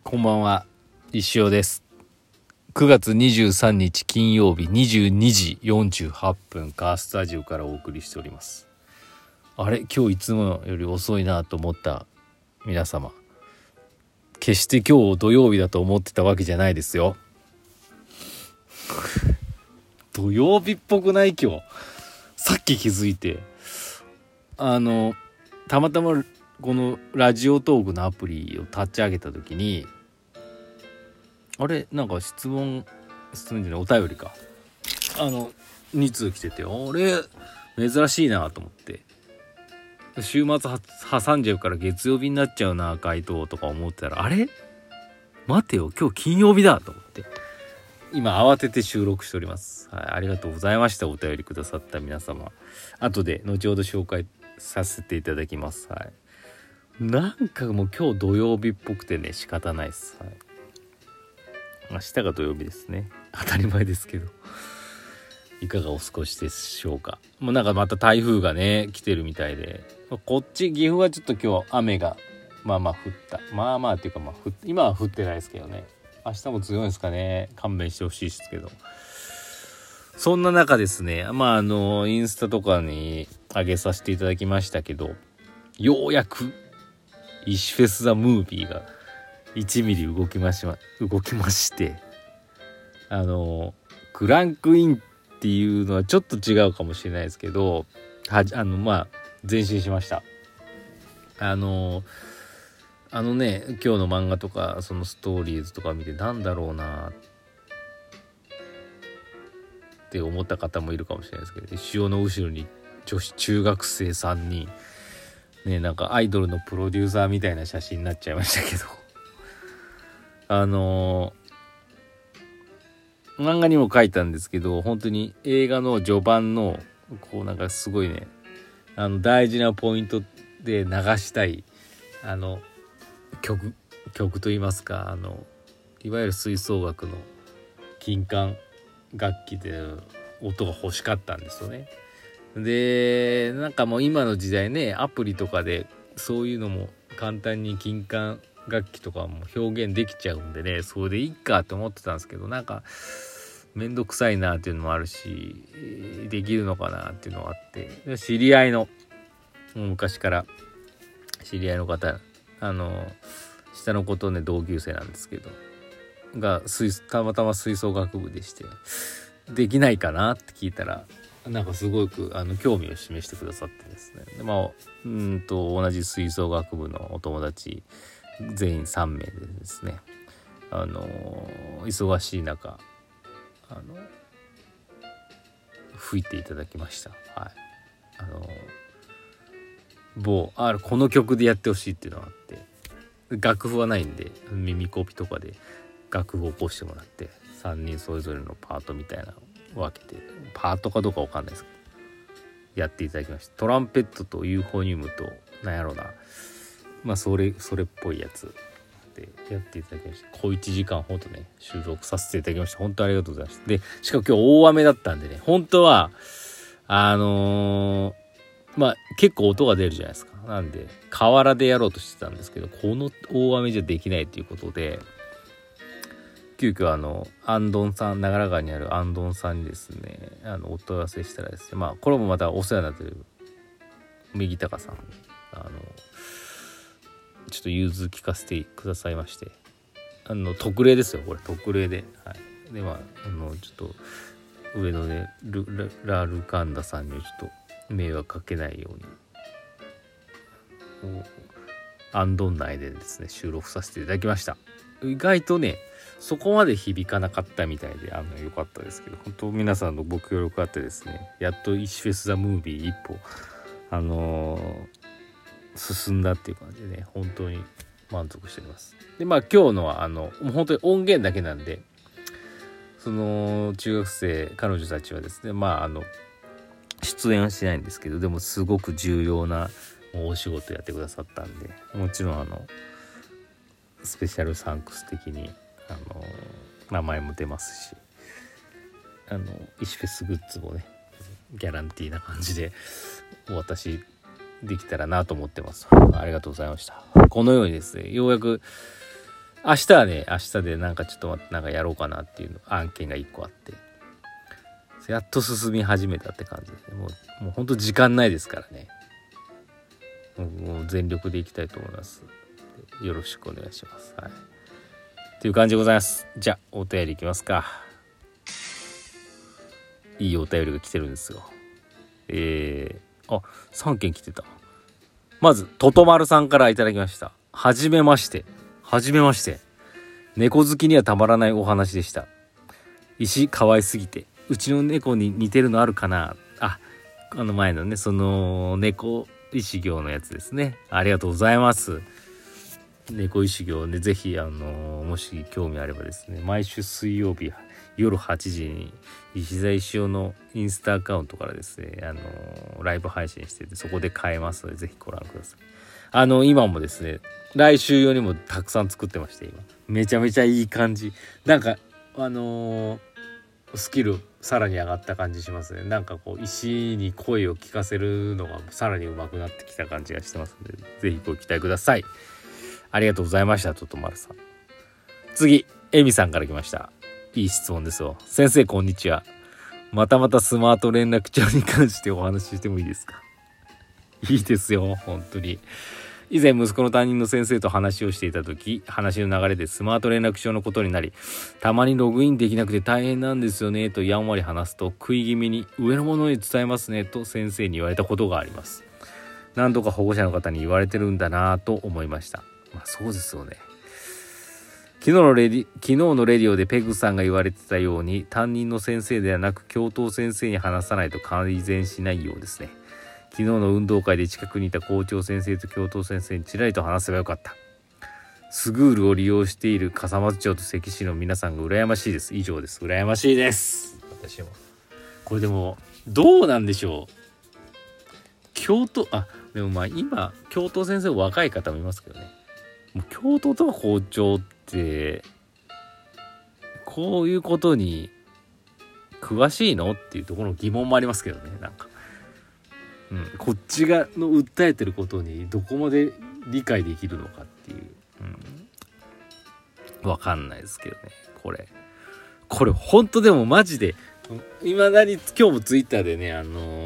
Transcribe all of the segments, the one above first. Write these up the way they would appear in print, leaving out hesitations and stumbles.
こんばんは、石尾です。9月23日金曜日22時48分カースタジオからお送りしております。あれ、今日いつもより遅いなと思った皆様、決して今日土曜日だと思ってたわけじゃないですよ。土曜日っぽくない？今日さっき気づいて、たまたまこのラジオトークのアプリを立ち上げた時に、あれ、なんか質問じゃない、お便りか、2通来てて、あれ珍しいなと思って、週末挟んじゃうから月曜日になっちゃうな回答とか思ってたら、あれ待てよ、今日金曜日だと思って今慌てて収録しております。はい、ありがとうございました。お便りくださった皆様、後で後ほど紹介させていただきます。はい、なんかもう今日土曜日っぽくてね、仕方ないです。はい、明日が土曜日ですね。当たり前ですけど、いかがお過ごしでしょうか。もうなんかまた台風がね来てるみたいで、こっち岐阜はちょっと今日雨がまあまあ降った、まあまあっていうか、今は降ってないですけどね、明日も強いですかね。勘弁してほしいですけど、そんな中ですね、インスタとかに上げさせていただきましたけど、ようやくイシフェス・ザ・ムービーが1ミリ動きまして、クランクインっていうのはちょっと違うかもしれないですけど、前進しました。今日の漫画とかそのストーリーズとか見て、なんだろうなって思った方もいるかもしれないですけど、潮の後ろに女子中学生3人ね、なんかアイドルのプロデューサーみたいな写真になっちゃいましたけど、漫画にも書いたんですけど、本当に映画の序盤のこうなんかすごいね、大事なポイントで流したい曲といいますか、いわゆる吹奏楽の金管楽器で音が欲しかったんですよね。で、なんかもう今の時代ね、アプリとかでそういうのも簡単に金管楽器とかも表現できちゃうんでね、それでいいかと思ってたんですけど、なんかめんどくさいなっていうのもあるし、できるのかなっていうのがあって、知り合いの、昔から知り合いの方、下の子とね同級生なんですけどがたまたま吹奏楽部でして、できないかなって聞いたら、なんかすごく興味を示してくださってですね、で、同じ吹奏楽部のお友達全員3名でですね、忙しい中吹いていただきました。はい、この曲でやってほしいっていうのがあって、楽譜はないんで耳コピとかで楽譜を起こしてもらって、3人それぞれのパートみたいなのを分けて、パートかどうか分かんないですけどやっていただきました。トランペットとユーフォニウムとなんやろな、それっぽいやつでやっていただきました。小1時間ほどね収録させていただきました。本当ありがとうございました。で、しかも今日大雨だったんでね、本当は結構音が出るじゃないですか。なんで河原でやろうとしてたんですけど、この大雨じゃできないということで、急遽アンドンさん、長良川にあるアンドンさんにですね、お問い合わせしたらですね、これもまたお世話になってる右高さん、ちょっと融通聞かせてくださいまして、特例ですよ、これ特例で、はい、でちょっと上野でラルカンダさんにちょっと迷惑かけないようにアンドン内でですね収録させていただきました。意外とねそこまで響かなかったみたいで良かったですけど、本当皆さんのご協力あってですね、やっとイシフェス・ザ・ムービー一歩進んだっていう感じでね、本当に満足しております。で、今日のはもう本当に音源だけなんで、その中学生彼女たちはですね、出演はしてないんですけど、でもすごく重要なお仕事やってくださったんで、もちろんスペシャルサンクス的に名前も出ますし、イシフェスグッズもねギャランティーな感じでお渡しできたらなと思ってます。ありがとうございました。このようにですね、ようやく明日はね、明日でなんかちょっと待って、なんかやろうかなっていう案件が1個あって、やっと進み始めたって感じで、もうほんと時間ないですからね。もう全力でいきたいと思います。よろしくお願いします。はい。っていう感じでございます。じゃあお便りいきますか。いいお便りが来てるんですよ。3件来てた。まずととまるさんからいただきました。はじめまして。猫好きにはたまらないお話でした。石可愛すぎて、うちの猫に似てるのあるかな。前のね、その猫石行のやつですね。ありがとうございます。猫石行ね、ぜひもし興味あればですね、毎週水曜日夜8時に石田石尾のインスタアカウントからですね、ライブ配信してて、そこで買えますので、ぜひご覧ください。今もですね、来週用にもたくさん作ってまして、今めちゃめちゃいい感じ、なんかスキルさらに上がった感じしますね。なんかこう石に声を聞かせるのがさらに上手くなってきた感じがしてますので、ぜひご期待ください。ありがとうございました。ととまるさん。次、エミさんから来ました。いい質問ですよ。先生こんにちは。またスマート連絡帳に関してお話ししてもいいですか？いいですよ、本当に。以前息子の担任の先生と話をしていた時、話の流れでスマート連絡帳のことになり、たまにログインできなくて大変なんですよねとやんわり話すと、食い気味に上の者に伝えますねと先生に言われたことがあります。何度か保護者の方に言われてるんだなと思いました。そうですよね。昨日のレディオでペグさんが言われてたように、担任の先生ではなく教頭先生に話さないと改善しないようですね。昨日の運動会で近くにいた校長先生と教頭先生にちらりと話せばよかった。スグールを利用している笠松町と関市の皆さんが羨ましいです。以上です。羨ましいです。私もこれでもどうなんでしょう。でも今教頭先生若い方もいますけどね。もう教頭とか校長ってこういうことに詳しいのっていうところの疑問もありますけどね。なんかこっちがの訴えてることにどこまで理解できるのかっていう、わかんないですけどね。これ本当でもマジでいまだに今日もツイッターでね、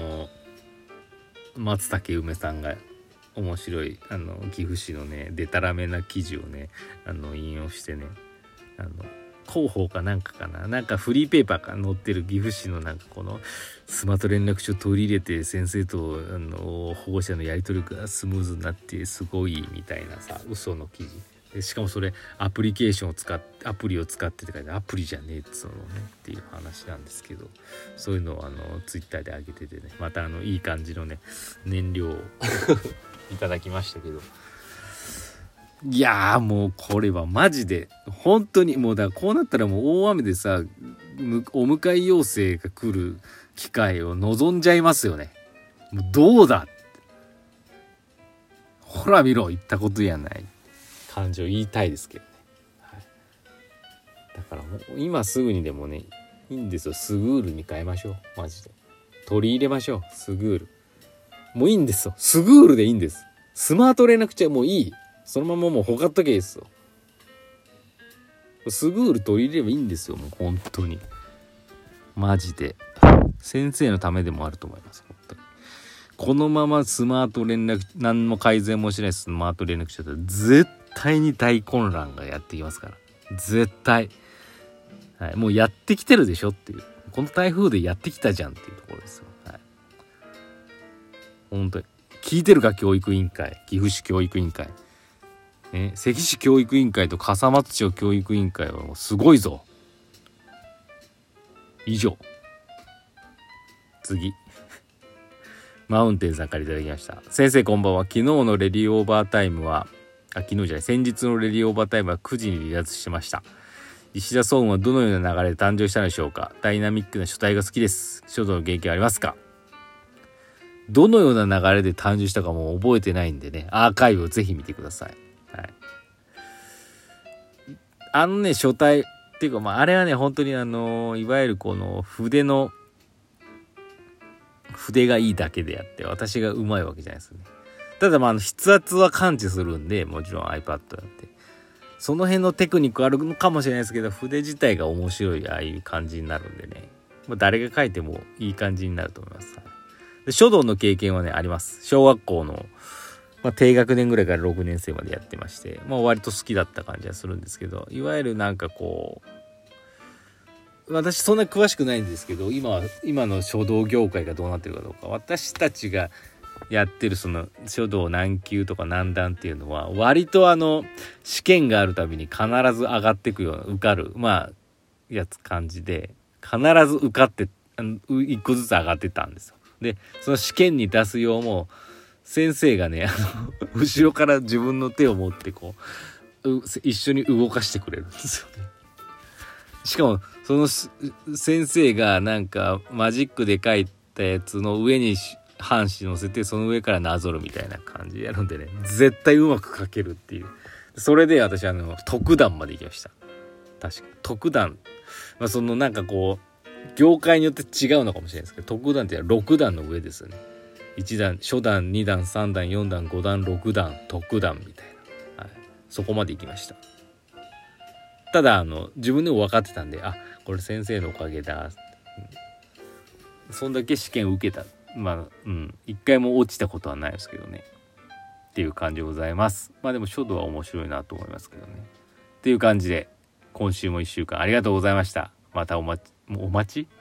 松竹梅さんが面白い岐阜市のねデタラメな記事をね引用してね、広報かなんかかな、なんかフリーペーパーか載ってる岐阜市のなんかこのスマート連絡帳取り入れて先生と保護者のやり取りがスムーズになってすごいみたいなさ、嘘の記事で、しかもそれアプリを使ってって書いて、アプリじゃねえっつうのねっていう話なんですけど、そういうのをツイッターで上げててね、またいい感じのね燃料をいただきましたけど、いやーもうこれはマジで本当にもうだからこうなったらもう大雨でさお迎え要請が来る機会を望んじゃいますよね。もうどうだほら見ろ言ったことやない感じを言いたいですけどね、はい、だからもう今すぐにでもねいいんですよ。スグールに変えましょう。マジで取り入れましょう。スグールもういいんですよ。スグールでいいんです。スマート連絡帳もういい、そのままもうほかっとけいいですよ。スグール取り入れればいいんですよ。もう本当にマジで先生のためでもあると思います。本当にこのままスマート連絡何も改善もしないスマート連絡帳だと絶対に大混乱がやってきますから、絶対、はい、もうやってきてるでしょっていう、この台風でやってきたじゃんっていうところですよ。はい、本当に聞いてるか教育委員会、岐阜市教育委員会ね、関市教育委員会と笠松町教育委員会はもうすごいぞ。以上。次マウンテンさんからいただきました。先生こんばんは。昨日のレディオーバータイムは先日のレディオーバータイムは9時に離脱しました。石田総雲はどのような流れで誕生したのでしょうか。ダイナミックな書体が好きです。書道の元気はありますか。どのような流れで誕生したかもう覚えてないんでね、アーカイブをぜひ見てください。はい、書体っていうかあれはね本当にいわゆるこの筆がいいだけであって私がうまいわけじゃないですね。ただ筆圧は感知するんで、もちろん iPad だってその辺のテクニックあるのかもしれないですけど、筆自体が面白いああいう感じになるんでね、誰が書いてもいい感じになると思います。で書道の経験はねあります。小学校の、低学年ぐらいから6年生までやってまして、割と好きだった感じはするんですけど、いわゆるなんかこう、私そんな詳しくないんですけど、今の書道業界がどうなってるかどうか、私たちがやってるその書道何級とか何段っていうのは割と試験があるたびに必ず上がっていくような、受かる感じで必ず受かって一個ずつ上がってたんですよ。でその試験に出す用も先生がね後ろから自分の手を持ってこう一緒に動かしてくれるんですよね。しかもその先生がなんかマジックで書いたやつの上に半紙乗せて、その上からなぞるみたいな感じでやるんでね、絶対うまく書けるっていう。それで私特段まで行きました。確か特段、そのなんかこう業界によって違うのかもしれないですけど、特段って6段の上ですよね。1段、初段、2段、3段、4段、5段、6段、特段みたいな、そこまで行きました。ただ自分でも分かってたんで、これ先生のおかげだ、そんだけ試験を受けた。一回も落ちたことはないですけどねっていう感じでございます。でも書道は面白いなと思いますけどねっていう感じで、今週も1週間ありがとうございました。またお待ち